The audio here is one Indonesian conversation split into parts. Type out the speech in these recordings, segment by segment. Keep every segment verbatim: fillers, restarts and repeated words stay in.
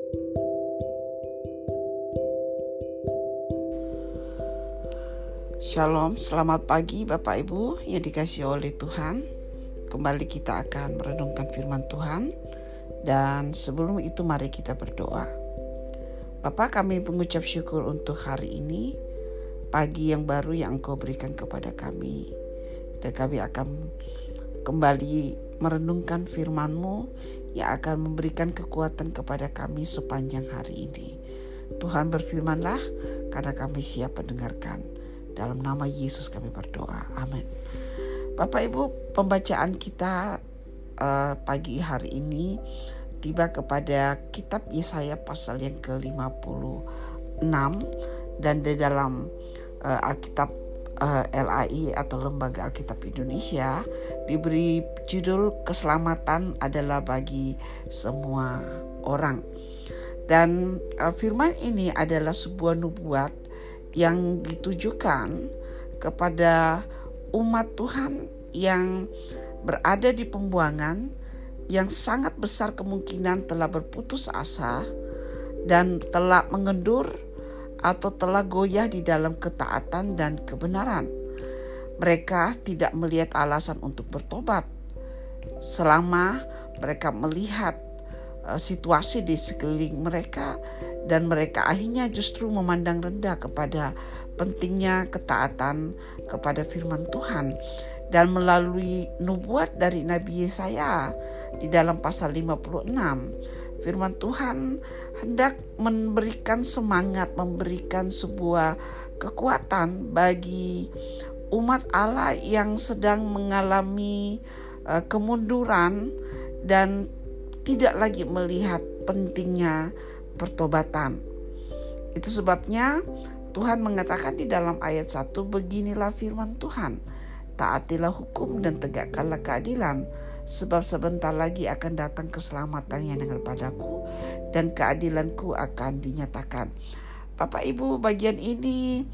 Shalom, selamat pagi Bapak Ibu yang dikasihi oleh Tuhan. Kembali kita akan merenungkan firman Tuhan. Dan sebelum itu mari kita berdoa. Bapa, kami mengucap syukur untuk hari ini, pagi yang baru yang Engkau berikan kepada kami. Dan kami akan kembali merenungkan firman-Mu yang akan memberikan kekuatan kepada kami sepanjang hari ini. Tuhan, berfirmanlah karena kami siap mendengarkan. Dalam nama Yesus kami berdoa. Amin. Bapak Ibu, pembacaan kita uh, pagi hari ini tiba kepada kitab Yesaya pasal yang ke lima puluh enam, dan di dalam uh, Alkitab uh, L A I atau Lembaga Alkitab Indonesia diberi judul Keselamatan adalah bagi semua orang. Dan uh, firman ini adalah sebuah nubuat yang ditujukan kepada umat Tuhan yang berada di pembuangan, yang sangat besar kemungkinan telah berputus asa dan telah mengendur atau telah goyah di dalam ketaatan dan kebenaran. Mereka tidak melihat alasan untuk bertobat selama mereka melihat uh, situasi di sekeliling mereka, dan mereka akhirnya justru memandang rendah kepada pentingnya ketaatan kepada firman Tuhan. Dan melalui nubuat dari Nabi Yesaya di dalam pasal lima puluh enam, firman Tuhan hendak memberikan semangat, memberikan sebuah kekuatan bagi umat Allah yang sedang mengalami uh, kemunduran dan tidak lagi melihat pentingnya pertobatan. Itu sebabnya Tuhan mengatakan di dalam ayat satu, beginilah firman Tuhan, taatilah hukum dan tegakkanlah keadilan, sebab sebentar lagi akan datang keselamatan yang daripadaku dan keadilanku akan dinyatakan. Bapak Ibu, bagian ini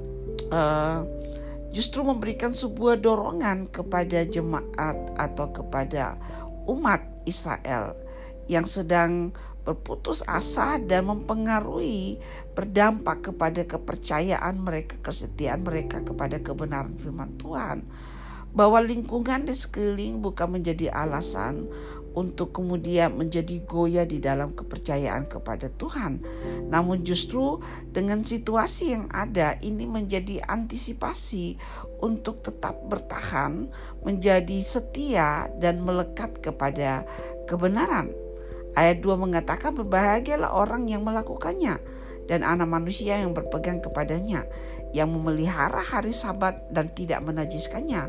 uh, justru memberikan sebuah dorongan kepada jemaat atau kepada umat Israel yang sedang berputus asa dan mempengaruhi, berdampak kepada kepercayaan mereka, kesetiaan mereka kepada kebenaran firman Tuhan. Bahwa lingkungan di sekeliling bukan menjadi alasan untuk kemudian menjadi goyah di dalam kepercayaan kepada Tuhan. Namun justru dengan situasi yang ada ini menjadi antisipasi untuk tetap bertahan, menjadi setia dan melekat kepada kebenaran. Ayat dua mengatakan, berbahagialah orang yang melakukannya dan anak manusia yang berpegang kepadanya, yang memelihara hari Sabat dan tidak menajiskannya,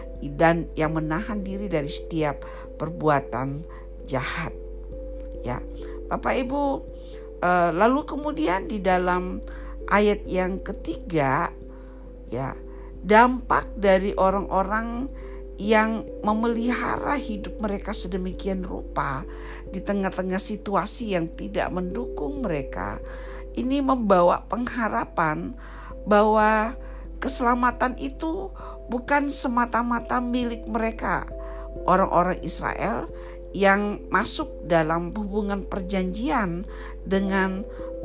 dan yang menahan diri dari setiap perbuatan jahat. Ya, Bapak Ibu, uh, lalu kemudian di dalam ayat yang ketiga, ya, dampak dari orang-orang yang memelihara hidup mereka sedemikian rupa di tengah-tengah situasi yang tidak mendukung mereka, ini membawa pengharapan bahwa keselamatan itu bukan semata-mata milik mereka, orang-orang Israel yang masuk dalam hubungan perjanjian dengan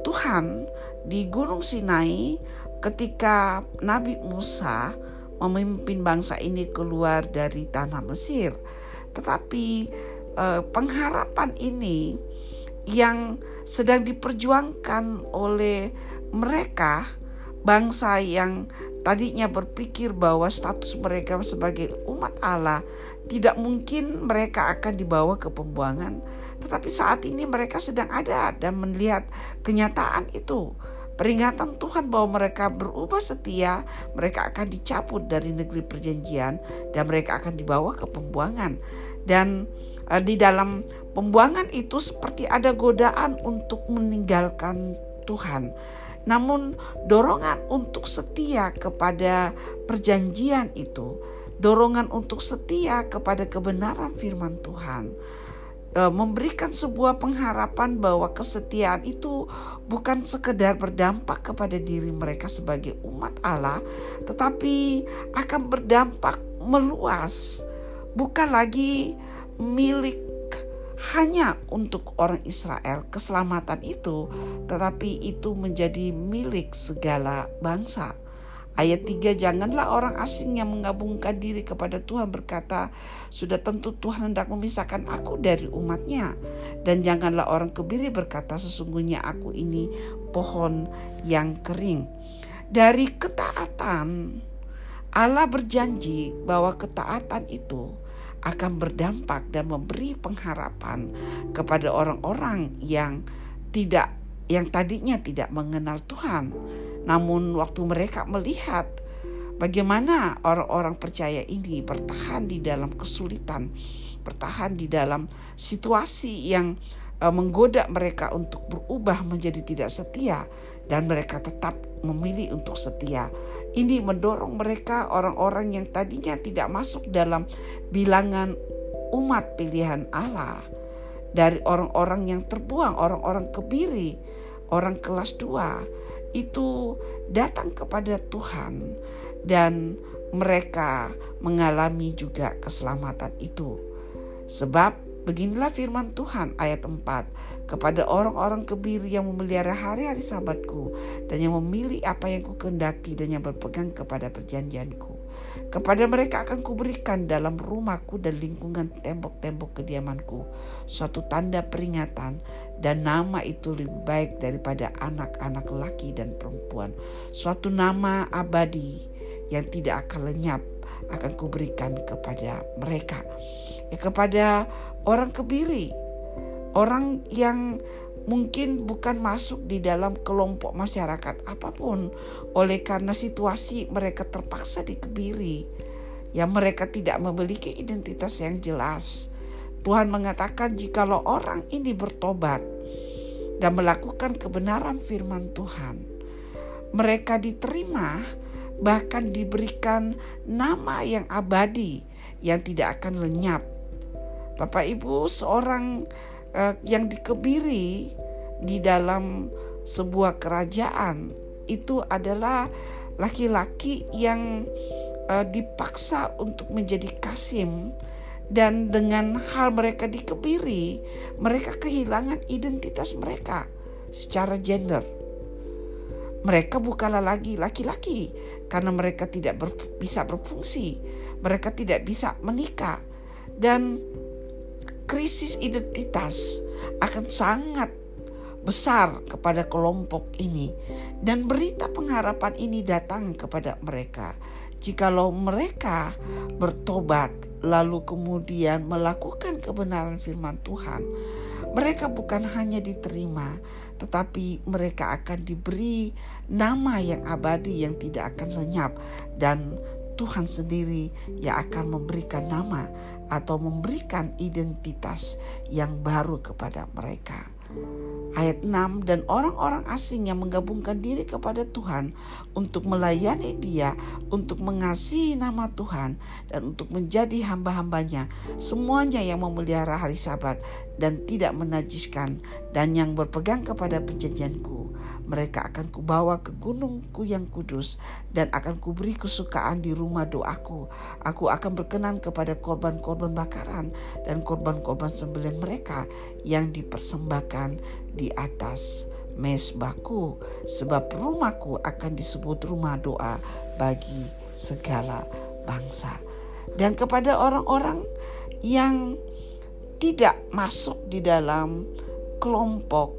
Tuhan di Gunung Sinai ketika Nabi Musa memimpin bangsa ini keluar dari tanah Mesir. Tetapi eh, pengharapan ini yang sedang diperjuangkan oleh mereka, bangsa yang tadinya berpikir bahwa status mereka sebagai umat Allah tidak mungkin mereka akan dibawa ke pembuangan. Tetapi saat ini mereka sedang ada dan melihat kenyataan itu. Peringatan Tuhan bahwa mereka berubah setia, mereka akan dicabut dari negeri perjanjian dan mereka akan dibawa ke pembuangan. Dan uh, di dalam pembuangan itu seperti ada godaan untuk meninggalkan Tuhan. Namun dorongan untuk setia kepada perjanjian itu, dorongan untuk setia kepada kebenaran firman Tuhan, memberikan sebuah pengharapan bahwa kesetiaan itu bukan sekedar berdampak kepada diri mereka sebagai umat Allah, tetapi akan berdampak meluas, bukan lagi milik hanya untuk orang Israel keselamatan itu, tetapi itu menjadi milik segala bangsa. Ayat tiga, janganlah orang asing yang menggabungkan diri kepada Tuhan berkata, sudah tentu Tuhan hendak memisahkan aku dari umatnya. Dan janganlah orang kebiri berkata, sesungguhnya aku ini pohon yang kering. Dari ketaatan, Allah berjanji bahwa ketaatan itu akan berdampak dan memberi pengharapan kepada orang-orang yang tidak yang tadinya tidak mengenal Tuhan. Namun waktu mereka melihat bagaimana orang-orang percaya ini bertahan di dalam kesulitan, bertahan di dalam situasi yang uh, menggoda mereka untuk berubah menjadi tidak setia, dan mereka tetap memilih untuk setia. Ini mendorong mereka, orang-orang yang tadinya tidak masuk dalam bilangan umat pilihan Allah, dari orang-orang yang terbuang, orang-orang kebiri, orang kelas dua, itu datang kepada Tuhan dan mereka mengalami juga keselamatan itu. Sebab beginilah firman Tuhan ayat empat, kepada orang-orang kebiri yang memelihara hari-hari sabatku dan yang memilih apa yang kukehendaki dan yang berpegang kepada perjanjianku, kepada mereka akan kuberikan dalam rumahku dan lingkungan tembok-tembok kediamanku suatu tanda peringatan, dan nama itu lebih baik daripada anak-anak laki dan perempuan, suatu nama abadi yang tidak akan lenyap akan kuberikan kepada mereka. Ya, kepada orang kebiri, orang yang mungkin bukan masuk di dalam kelompok masyarakat apapun, oleh karena situasi mereka terpaksa dikebiri, yang mereka tidak memiliki identitas yang jelas. Tuhan mengatakan jikalau orang ini bertobat dan melakukan kebenaran firman Tuhan, mereka diterima, bahkan diberikan nama yang abadi yang tidak akan lenyap. Bapak Ibu, seorang uh, yang dikebiri di dalam sebuah kerajaan itu adalah laki-laki yang uh, dipaksa untuk menjadi kasim, dan dengan hal mereka dikebiri, mereka kehilangan identitas mereka secara gender. Mereka bukanlah lagi laki-laki karena mereka tidak ber, bisa berfungsi, mereka tidak bisa menikah, dan krisis identitas akan sangat besar kepada kelompok ini, dan berita pengharapan ini datang kepada mereka. Jikalau mereka bertobat lalu kemudian melakukan kebenaran firman Tuhan, mereka bukan hanya diterima, tetapi mereka akan diberi nama yang abadi yang tidak akan lenyap, dan Tuhan sendiri yang akan memberikan nama atau memberikan identitas yang baru kepada mereka. Ayat enam, dan orang-orang asing yang menggabungkan diri kepada Tuhan untuk melayani Dia, untuk mengasihi nama Tuhan dan untuk menjadi hamba-hambanya, semuanya yang memelihara hari Sabat dan tidak menajiskan dan yang berpegang kepada perjanjianku, mereka akan kubawa ke gunungku yang kudus dan akan kuberi kesukaan di rumah doaku. Aku akan berkenan kepada korban-korban bakaran dan korban-korban sembelihan mereka yang dipersembahkan di atas mezbahku, sebab rumahku akan disebut rumah doa bagi segala bangsa. Dan kepada orang-orang yang tidak masuk di dalam kelompok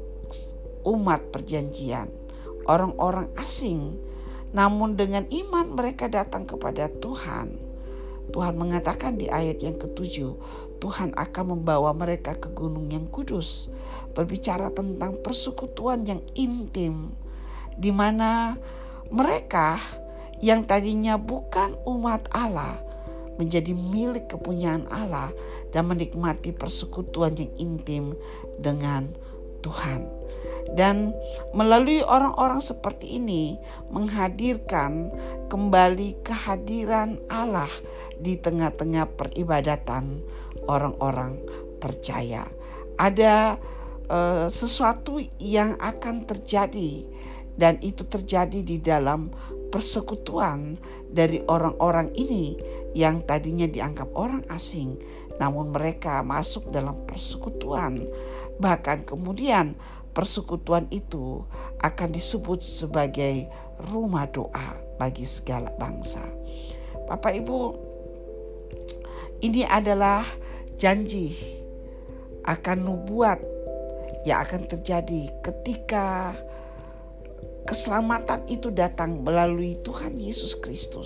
umat perjanjian, orang-orang asing, namun dengan iman mereka datang kepada Tuhan. Tuhan mengatakan di ayat yang ketujuh, Tuhan akan membawa mereka ke gunung yang kudus, berbicara tentang persekutuan yang intim, di mana mereka yang tadinya bukan umat Allah menjadi milik kepunyaan Allah dan menikmati persekutuan yang intim dengan Tuhan. Dan melalui orang-orang seperti ini menghadirkan kembali kehadiran Allah di tengah-tengah peribadatan orang-orang percaya. Ada uh, sesuatu yang akan terjadi, dan itu terjadi di dalam persekutuan dari orang-orang ini yang tadinya dianggap orang asing namun mereka masuk dalam persekutuan. Bahkan kemudian persekutuan itu akan disebut sebagai rumah doa bagi segala bangsa. Bapak Ibu, ini adalah janji akan nubuat yang akan terjadi ketika keselamatan itu datang melalui Tuhan Yesus Kristus.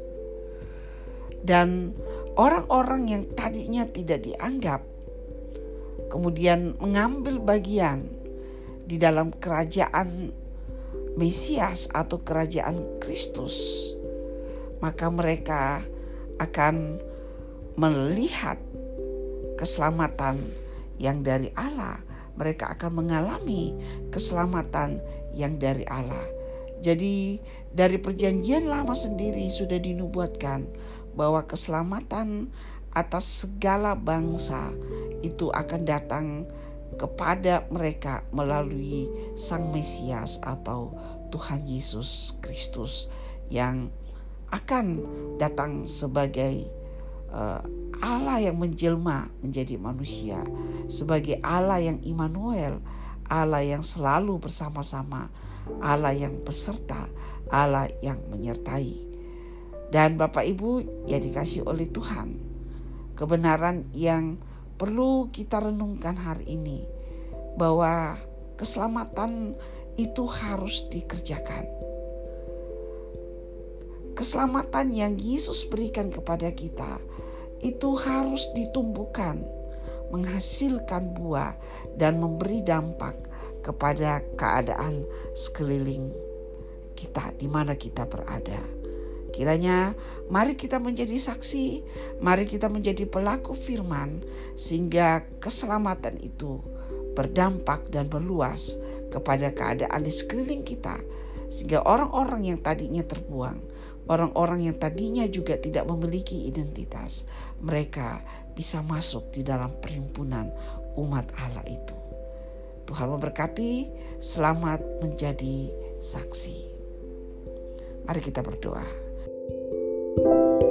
Dan orang-orang yang tadinya tidak dianggap kemudian mengambil bagian di dalam kerajaan Mesias atau kerajaan Kristus, maka mereka akan melihat keselamatan yang dari Allah. Mereka akan mengalami keselamatan yang dari Allah. Jadi dari perjanjian lama sendiri sudah dinubuatkan bahwa keselamatan atas segala bangsa itu akan datang kepada mereka melalui Sang Mesias atau Tuhan Yesus Kristus yang akan datang sebagai uh, Allah yang menjelma menjadi manusia, sebagai Allah yang Immanuel, Allah yang selalu bersama-sama, Allah yang beserta, Allah yang menyertai. Dan Bapak Ibu yang dikasihi oleh Tuhan, kebenaran yang perlu kita renungkan hari ini bahwa keselamatan itu harus dikerjakan. Keselamatan yang Yesus berikan kepada kita itu harus ditumbuhkan, menghasilkan buah dan memberi dampak kepada keadaan sekeliling kita di mana kita berada. Kiranya mari kita menjadi saksi, mari kita menjadi pelaku firman sehingga keselamatan itu berdampak dan meluas kepada keadaan di sekeliling kita, sehingga orang-orang yang tadinya terbuang, orang-orang yang tadinya juga tidak memiliki identitas, mereka bisa masuk di dalam perhimpunan umat Allah itu. Tuhan memberkati, selamat menjadi saksi. Mari kita berdoa.